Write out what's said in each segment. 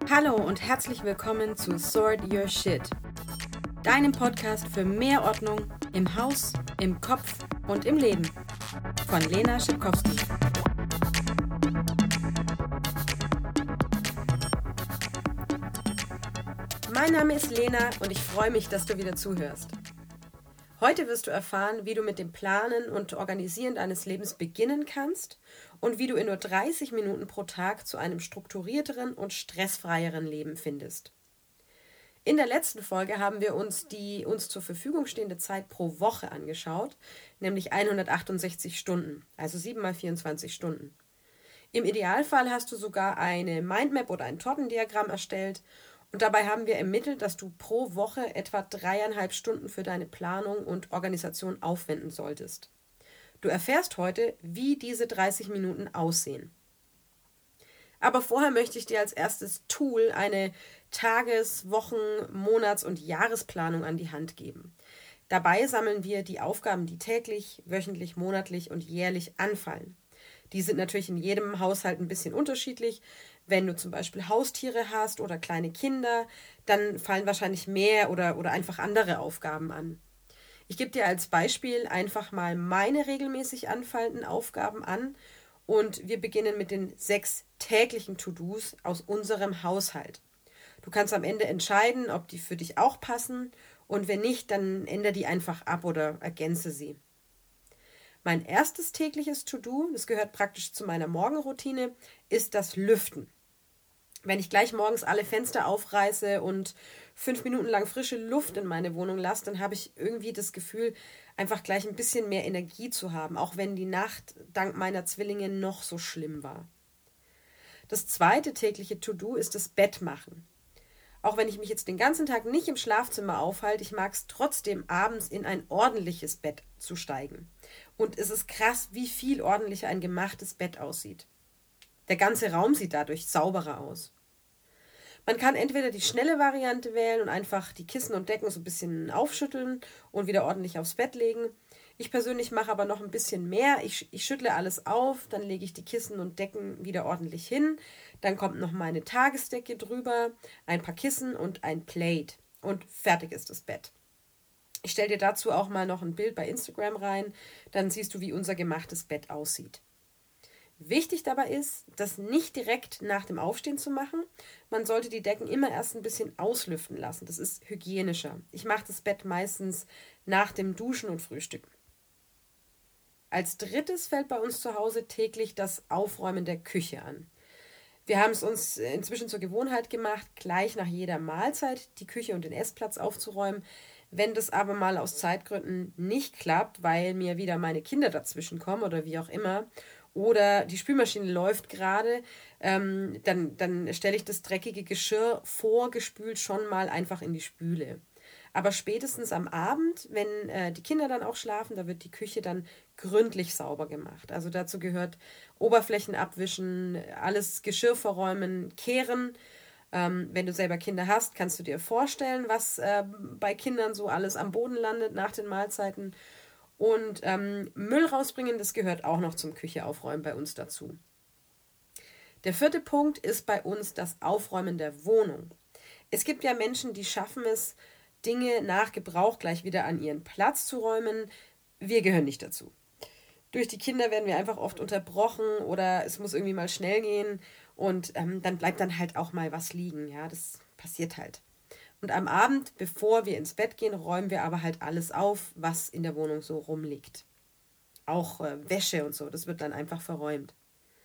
Hallo und herzlich willkommen zu Sort Your Shit, deinem Podcast für mehr Ordnung im Haus, im Kopf und im Leben. Von Lena Schipkowski. Mein Name ist Lena und ich freue mich, dass du wieder zuhörst. Heute wirst du erfahren, wie du mit dem Planen und Organisieren deines Lebens beginnen kannst und wie du in nur 30 Minuten pro Tag zu einem strukturierteren und stressfreieren Leben findest. In der letzten Folge haben wir uns die uns zur Verfügung stehende Zeit pro Woche angeschaut, nämlich 168 Stunden, also 7 mal 24 Stunden. Im Idealfall hast du sogar eine Mindmap oder ein Tortendiagramm erstellt und dabei haben wir ermittelt, dass du pro Woche etwa 3,5 Stunden für deine Planung und Organisation aufwenden solltest. Du erfährst heute, wie diese 30 Minuten aussehen. Aber vorher möchte ich dir als erstes Tool eine Tages-, Wochen-, Monats- und Jahresplanung an die Hand geben. Dabei sammeln wir die Aufgaben, die täglich, wöchentlich, monatlich und jährlich anfallen. Die sind natürlich in jedem Haushalt ein bisschen unterschiedlich. Wenn du zum Beispiel Haustiere hast oder kleine Kinder, dann fallen wahrscheinlich mehr oder einfach andere Aufgaben an. Ich gebe dir als Beispiel einfach mal meine regelmäßig anfallenden Aufgaben an und wir beginnen mit den 6 täglichen To-Dos aus unserem Haushalt. Du kannst am Ende entscheiden, ob die für dich auch passen und wenn nicht, dann ändere die einfach ab oder ergänze sie. Mein erstes tägliches To-Do, das gehört praktisch zu meiner Morgenroutine, ist das Lüften. Wenn ich gleich morgens alle Fenster aufreiße und 5 Minuten lang frische Luft in meine Wohnung lasse, dann habe ich irgendwie das Gefühl, einfach gleich ein bisschen mehr Energie zu haben, auch wenn die Nacht dank meiner Zwillinge noch so schlimm war. Das zweite tägliche To-Do ist das Bett machen. Auch wenn ich mich jetzt den ganzen Tag nicht im Schlafzimmer aufhalte, ich mag es trotzdem, abends in ein ordentliches Bett zu steigen. Und es ist krass, wie viel ordentlicher ein gemachtes Bett aussieht. Der ganze Raum sieht dadurch sauberer aus. Man kann entweder die schnelle Variante wählen und einfach die Kissen und Decken so ein bisschen aufschütteln und wieder ordentlich aufs Bett legen. Ich persönlich mache aber noch ein bisschen mehr. Ich schüttle alles auf, dann lege ich die Kissen und Decken wieder ordentlich hin. Dann kommt noch meine Tagesdecke drüber, ein paar Kissen und ein Plate. Und fertig ist das Bett. Ich stelle dir dazu auch mal noch ein Bild bei Instagram rein, dann siehst du, wie unser gemachtes Bett aussieht. Wichtig dabei ist, das nicht direkt nach dem Aufstehen zu machen. Man sollte die Decken immer erst ein bisschen auslüften lassen. Das ist hygienischer. Ich mache das Bett meistens nach dem Duschen und Frühstücken. Als drittes fällt bei uns zu Hause täglich das Aufräumen der Küche an. Wir haben es uns inzwischen zur Gewohnheit gemacht, gleich nach jeder Mahlzeit die Küche und den Essplatz aufzuräumen. Wenn das aber mal aus Zeitgründen nicht klappt, weil mir wieder meine Kinder dazwischen kommen oder wie auch immer, oder die Spülmaschine läuft gerade, dann stelle ich das dreckige Geschirr vorgespült schon mal einfach in die Spüle. Aber spätestens am Abend, wenn die Kinder dann auch schlafen, da wird die Küche dann gründlich sauber gemacht. Also dazu gehört Oberflächen abwischen, alles Geschirr verräumen, kehren. Wenn du selber Kinder hast, kannst du dir vorstellen, was bei Kindern so alles am Boden landet nach den Mahlzeiten. Und Müll rausbringen, das gehört auch noch zum Küche aufräumen bei uns dazu. Der vierte Punkt ist bei uns das Aufräumen der Wohnung. Es gibt ja Menschen, die schaffen es, Dinge nach Gebrauch gleich wieder an ihren Platz zu räumen. Wir gehören nicht dazu. Durch die Kinder werden wir einfach oft unterbrochen oder es muss irgendwie mal schnell gehen und dann bleibt dann halt auch mal was liegen. Ja, das passiert halt. Und am Abend, bevor wir ins Bett gehen, räumen wir aber halt alles auf, was in der Wohnung so rumliegt. Auch Wäsche und so, das wird dann einfach verräumt.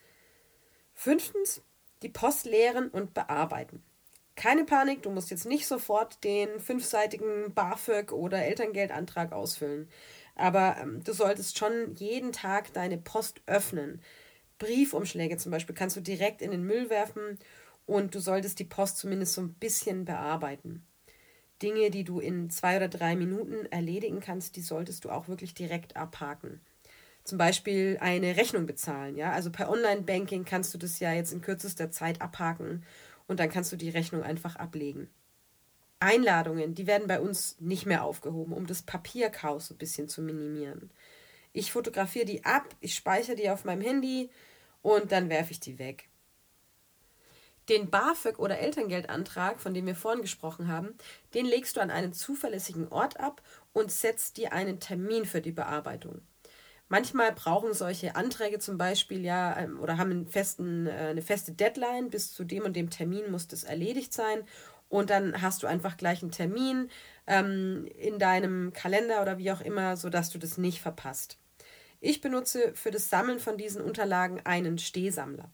Fünftens, die Post leeren und bearbeiten. Keine Panik, du musst jetzt nicht sofort den 5-seitigen BAföG- oder Elterngeldantrag ausfüllen. Aber du solltest schon jeden Tag deine Post öffnen. Briefumschläge zum Beispiel kannst du direkt in den Müll werfen und du solltest die Post zumindest so ein bisschen bearbeiten. Dinge, die du in 2 oder 3 Minuten erledigen kannst, die solltest du auch wirklich direkt abhaken. Zum Beispiel eine Rechnung bezahlen. Ja? Also per Online-Banking kannst du das ja jetzt in kürzester Zeit abhaken und dann kannst du die Rechnung einfach ablegen. Einladungen, die werden bei uns nicht mehr aufgehoben, um das Papierchaos ein bisschen zu minimieren. Ich fotografiere die ab, ich speichere die auf meinem Handy und dann werfe ich die weg. Den BAföG- oder Elterngeldantrag, von dem wir vorhin gesprochen haben, den legst du an einen zuverlässigen Ort ab und setzt dir einen Termin für die Bearbeitung. Manchmal brauchen solche Anträge zum Beispiel oder haben eine feste Deadline, bis zu dem und dem Termin muss das erledigt sein und dann hast du einfach gleich einen Termin in deinem Kalender oder wie auch immer, sodass du das nicht verpasst. Ich benutze für das Sammeln von diesen Unterlagen einen Stehsammler.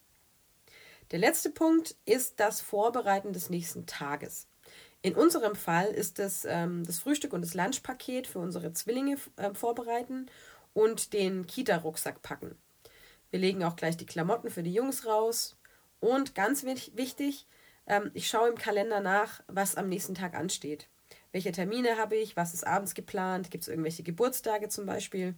Der letzte Punkt ist das Vorbereiten des nächsten Tages. In unserem Fall ist es das Frühstück und das Lunchpaket für unsere Zwillinge vorbereiten und den Kita-Rucksack packen. Wir legen auch gleich die Klamotten für die Jungs raus. Und ganz wichtig, ich schaue im Kalender nach, was am nächsten Tag ansteht. Welche Termine habe ich, was ist abends geplant, gibt es irgendwelche Geburtstage zum Beispiel.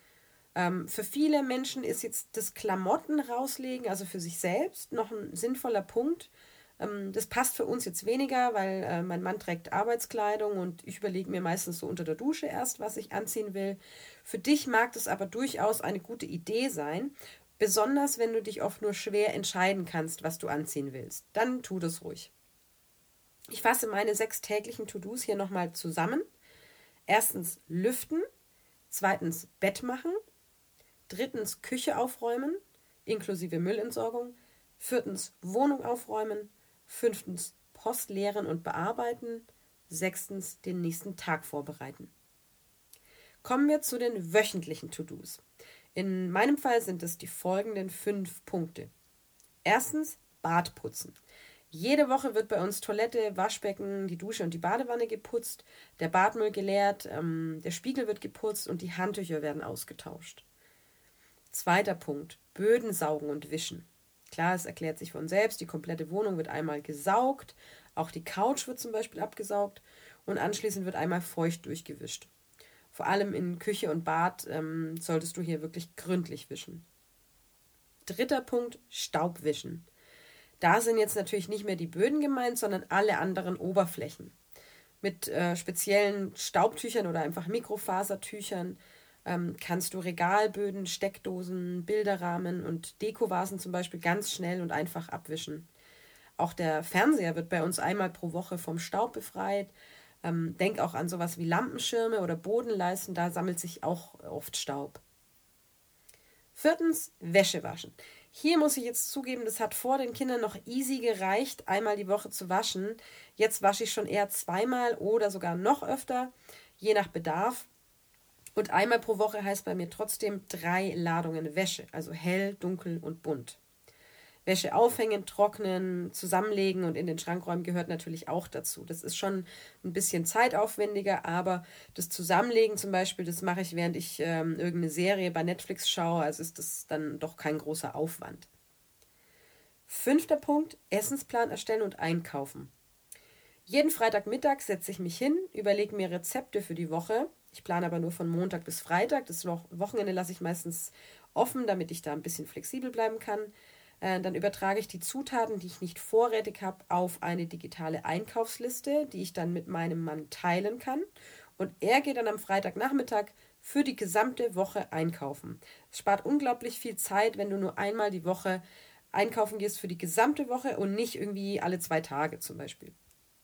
Für viele Menschen ist jetzt das Klamotten rauslegen, also für sich selbst, noch ein sinnvoller Punkt. Das passt für uns jetzt weniger, weil mein Mann trägt Arbeitskleidung und ich überlege mir meistens so unter der Dusche erst, was ich anziehen will. Für dich mag das aber durchaus eine gute Idee sein, besonders wenn du dich oft nur schwer entscheiden kannst, was du anziehen willst. Dann tu das ruhig. Ich fasse meine 6 täglichen To-Dos hier nochmal zusammen. Erstens lüften, zweitens Bett machen, drittens Küche aufräumen, inklusive Müllentsorgung, viertens Wohnung aufräumen, fünftens Post leeren und bearbeiten, sechstens den nächsten Tag vorbereiten. Kommen wir zu den wöchentlichen To-Dos. In meinem Fall sind es die folgenden 5 Punkte. Erstens Bad putzen. Jede Woche wird bei uns Toilette, Waschbecken, die Dusche und die Badewanne geputzt, der Badmüll geleert, der Spiegel wird geputzt und die Handtücher werden ausgetauscht. Zweiter Punkt, Böden saugen und wischen. Klar, es erklärt sich von selbst, die komplette Wohnung wird einmal gesaugt, auch die Couch wird zum Beispiel abgesaugt und anschließend wird einmal feucht durchgewischt. Vor allem in Küche und Bad solltest du hier wirklich gründlich wischen. Dritter Punkt, Staubwischen. Da sind jetzt natürlich nicht mehr die Böden gemeint, sondern alle anderen Oberflächen. Mit speziellen Staubtüchern oder einfach Mikrofasertüchern kannst du Regalböden, Steckdosen, Bilderrahmen und Dekovasen zum Beispiel ganz schnell und einfach abwischen. Auch der Fernseher wird bei uns einmal pro Woche vom Staub befreit. Denk auch an sowas wie Lampenschirme oder Bodenleisten, da sammelt sich auch oft Staub. Viertens, Wäsche waschen. Hier muss ich jetzt zugeben, das hat vor den Kindern noch easy gereicht, einmal die Woche zu waschen. Jetzt wasche ich schon eher 2-mal oder sogar noch öfter, je nach Bedarf. Und einmal pro Woche heißt bei mir trotzdem 3 Ladungen Wäsche, also hell, dunkel und bunt. Wäsche aufhängen, trocknen, zusammenlegen und in den Schrank räumen gehört natürlich auch dazu. Das ist schon ein bisschen zeitaufwendiger, aber das Zusammenlegen zum Beispiel, das mache ich, während ich irgendeine Serie bei Netflix schaue, also ist das dann doch kein großer Aufwand. 5. Punkt, Essensplan erstellen und einkaufen. Jeden Freitagmittag setze ich mich hin, überlege mir Rezepte für die Woche. Ich plane aber nur von Montag bis Freitag. Das Wochenende lasse ich meistens offen, damit ich da ein bisschen flexibel bleiben kann. Dann übertrage ich die Zutaten, die ich nicht vorrätig habe, auf eine digitale Einkaufsliste, die ich dann mit meinem Mann teilen kann. Und er geht dann am Freitagnachmittag für die gesamte Woche einkaufen. Es spart unglaublich viel Zeit, wenn du nur einmal die Woche einkaufen gehst für die gesamte Woche und nicht irgendwie alle 2 Tage zum Beispiel.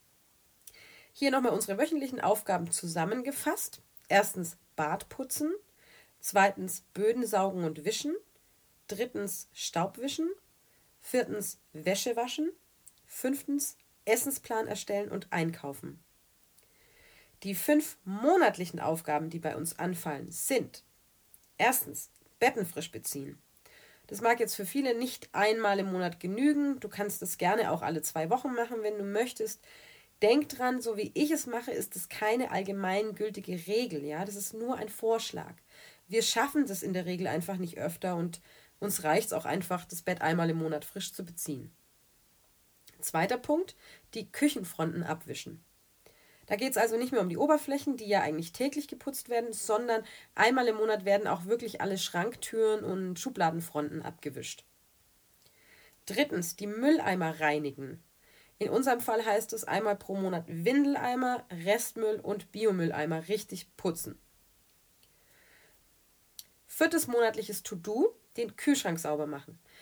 Hier nochmal unsere wöchentlichen Aufgaben zusammengefasst. Erstens Bad putzen, zweitens Böden saugen und wischen, drittens Staub wischen, viertens Wäsche waschen, fünftens Essensplan erstellen und einkaufen. Die 5 monatlichen Aufgaben, die bei uns anfallen, sind erstens Betten frisch beziehen. Das mag jetzt für viele nicht einmal im Monat genügen. Du kannst das gerne auch alle 2 Wochen machen, wenn du möchtest. Denk dran, so wie ich es mache, ist es keine allgemeingültige Regel. Ja? Das ist nur ein Vorschlag. Wir schaffen das in der Regel einfach nicht öfter und uns reicht es auch einfach, das Bett einmal im Monat frisch zu beziehen. Zweiter Punkt, die Küchenfronten abwischen. Da geht es also nicht mehr um die Oberflächen, die ja eigentlich täglich geputzt werden, sondern einmal im Monat werden auch wirklich alle Schranktüren und Schubladenfronten abgewischt. Drittens, die Mülleimer reinigen. In unserem Fall heißt es einmal pro Monat Windeleimer, Restmüll und Biomülleimer richtig putzen. 4. monatliches To-Do, den Kühlschrank sauber machen.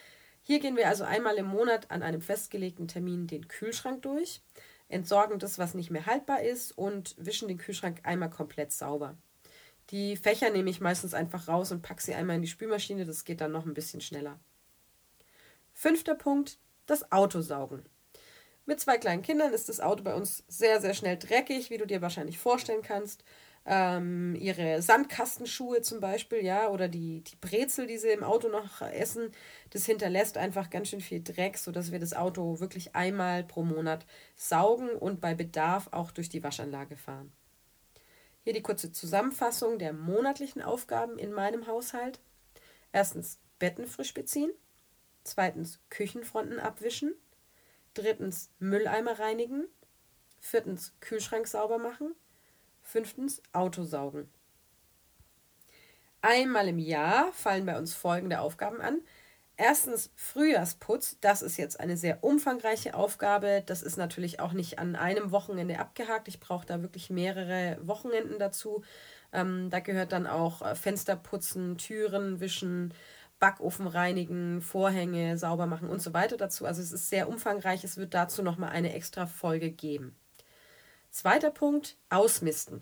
Hier gehen wir also einmal im Monat an einem festgelegten Termin den Kühlschrank durch, entsorgen das, was nicht mehr haltbar ist und wischen den Kühlschrank einmal komplett sauber. Die Fächer nehme ich meistens einfach raus und packe sie einmal in die Spülmaschine, das geht dann noch ein bisschen schneller. 5. Punkt, das Auto saugen. Mit 2 kleinen Kindern ist das Auto bei uns sehr, sehr schnell dreckig, wie du dir wahrscheinlich vorstellen kannst. Ihre Sandkastenschuhe zum Beispiel, ja, oder die Brezel, die sie im Auto noch essen, das hinterlässt einfach ganz schön viel Dreck, sodass wir das Auto wirklich einmal pro Monat saugen und bei Bedarf auch durch die Waschanlage fahren. Hier die kurze Zusammenfassung der monatlichen Aufgaben in meinem Haushalt. 1. Betten frisch beziehen. 2. Küchenfronten abwischen. 3. Mülleimer reinigen. 4. Kühlschrank sauber machen. 5. Auto saugen. Einmal im Jahr fallen bei uns folgende Aufgaben an. 1. Frühjahrsputz, das ist jetzt eine sehr umfangreiche Aufgabe. Das ist natürlich auch nicht an einem Wochenende abgehakt. Ich brauche da wirklich mehrere Wochenenden dazu. Da gehört dann auch Fenster putzen, Türen wischen, Backofen reinigen, Vorhänge sauber machen und so weiter dazu. Also es ist sehr umfangreich. Es wird dazu nochmal eine extra Folge geben. 2. Punkt, ausmisten.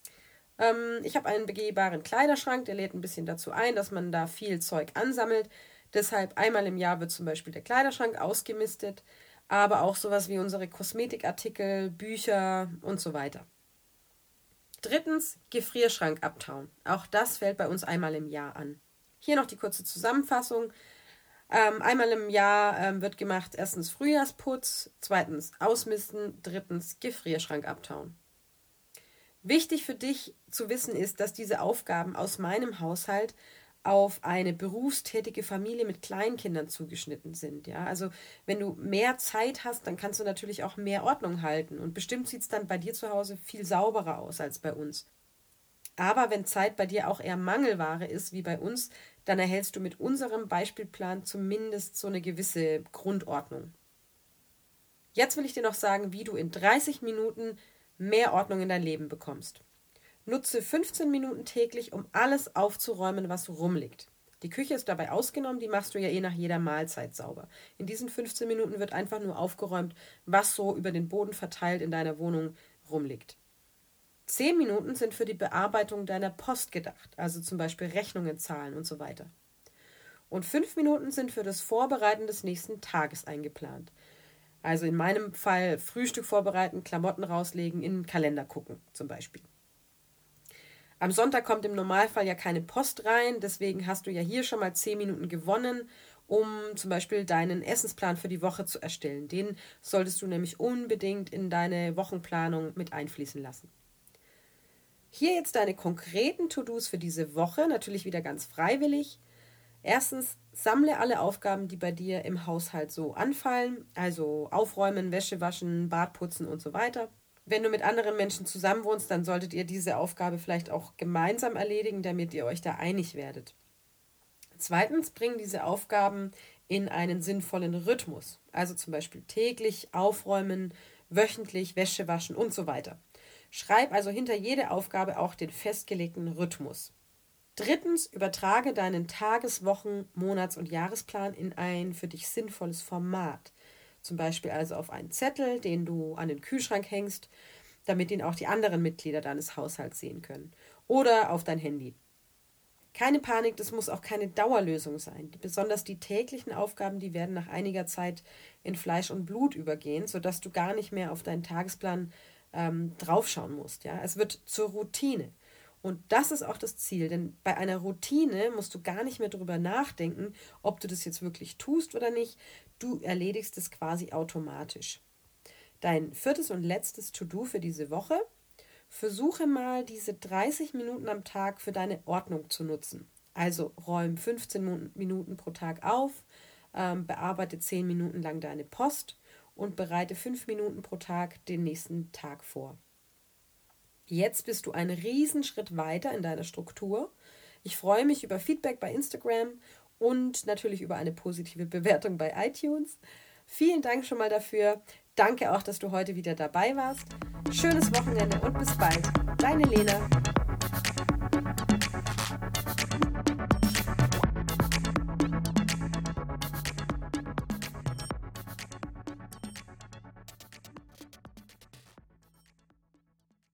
Ich habe einen begehbaren Kleiderschrank, der lädt ein bisschen dazu ein, dass man da viel Zeug ansammelt. Deshalb einmal im Jahr wird zum Beispiel der Kleiderschrank ausgemistet, aber auch sowas wie unsere Kosmetikartikel, Bücher und so weiter. 3. Gefrierschrank abtauen. Auch das fällt bei uns einmal im Jahr an. Hier noch die kurze Zusammenfassung. Einmal im Jahr wird gemacht 1. Frühjahrsputz, 2. Ausmisten, 3. Gefrierschrank abtauen. Wichtig für dich zu wissen ist, dass diese Aufgaben aus meinem Haushalt auf eine berufstätige Familie mit Kleinkindern zugeschnitten sind. Ja? Also wenn du mehr Zeit hast, dann kannst du natürlich auch mehr Ordnung halten. Und bestimmt sieht es dann bei dir zu Hause viel sauberer aus als bei uns. Aber wenn Zeit bei dir auch eher Mangelware ist wie bei uns, dann erhältst du mit unserem Beispielplan zumindest so eine gewisse Grundordnung. Jetzt will ich dir noch sagen, wie du in 30 Minuten mehr Ordnung in dein Leben bekommst. Nutze 15 Minuten täglich, um alles aufzuräumen, was rumliegt. Die Küche ist dabei ausgenommen, die machst du ja nach jeder Mahlzeit sauber. In diesen 15 Minuten wird einfach nur aufgeräumt, was so über den Boden verteilt in deiner Wohnung rumliegt. 10 Minuten sind für die Bearbeitung deiner Post gedacht, also zum Beispiel Rechnungen zahlen und so weiter. Und 5 Minuten sind für das Vorbereiten des nächsten Tages eingeplant. Also in meinem Fall Frühstück vorbereiten, Klamotten rauslegen, in den Kalender gucken zum Beispiel. Am Sonntag kommt im Normalfall ja keine Post rein, deswegen hast du ja hier schon mal 10 Minuten gewonnen, um zum Beispiel deinen Essensplan für die Woche zu erstellen. Den solltest du nämlich unbedingt in deine Wochenplanung mit einfließen lassen. Hier jetzt deine konkreten To-Dos für diese Woche, natürlich wieder ganz freiwillig. 1. Sammle alle Aufgaben, die bei dir im Haushalt so anfallen, also aufräumen, Wäsche waschen, Bad putzen und so weiter. Wenn du mit anderen Menschen zusammenwohnst, dann solltet ihr diese Aufgabe vielleicht auch gemeinsam erledigen, damit ihr euch da einig werdet. 2. bring diese Aufgaben in einen sinnvollen Rhythmus, also zum Beispiel täglich aufräumen, wöchentlich Wäsche waschen und so weiter. Schreib also hinter jede Aufgabe auch den festgelegten Rhythmus. 3. übertrage deinen Tages-, Wochen-, Monats- und Jahresplan in ein für dich sinnvolles Format. Zum Beispiel also auf einen Zettel, den du an den Kühlschrank hängst, damit ihn auch die anderen Mitglieder deines Haushalts sehen können. Oder auf dein Handy. Keine Panik, das muss auch keine Dauerlösung sein. Besonders die täglichen Aufgaben, die werden nach einiger Zeit in Fleisch und Blut übergehen, sodass du gar nicht mehr auf deinen Tagesplan draufschauen musst. Ja? Es wird zur Routine. Und das ist auch das Ziel, denn bei einer Routine musst du gar nicht mehr drüber nachdenken, ob du das jetzt wirklich tust oder nicht. Du erledigst es quasi automatisch. Dein 4. und letztes To-Do für diese Woche: Versuche mal, diese 30 Minuten am Tag für deine Ordnung zu nutzen. Also räum 15 Minuten pro Tag auf, bearbeite 10 Minuten lang deine Post und bereite 5 Minuten pro Tag den nächsten Tag vor. Jetzt bist du einen Riesenschritt weiter in deiner Struktur. Ich freue mich über Feedback bei Instagram und natürlich über eine positive Bewertung bei iTunes. Vielen Dank schon mal dafür. Danke auch, dass du heute wieder dabei warst. Schönes Wochenende und bis bald. Deine Lena.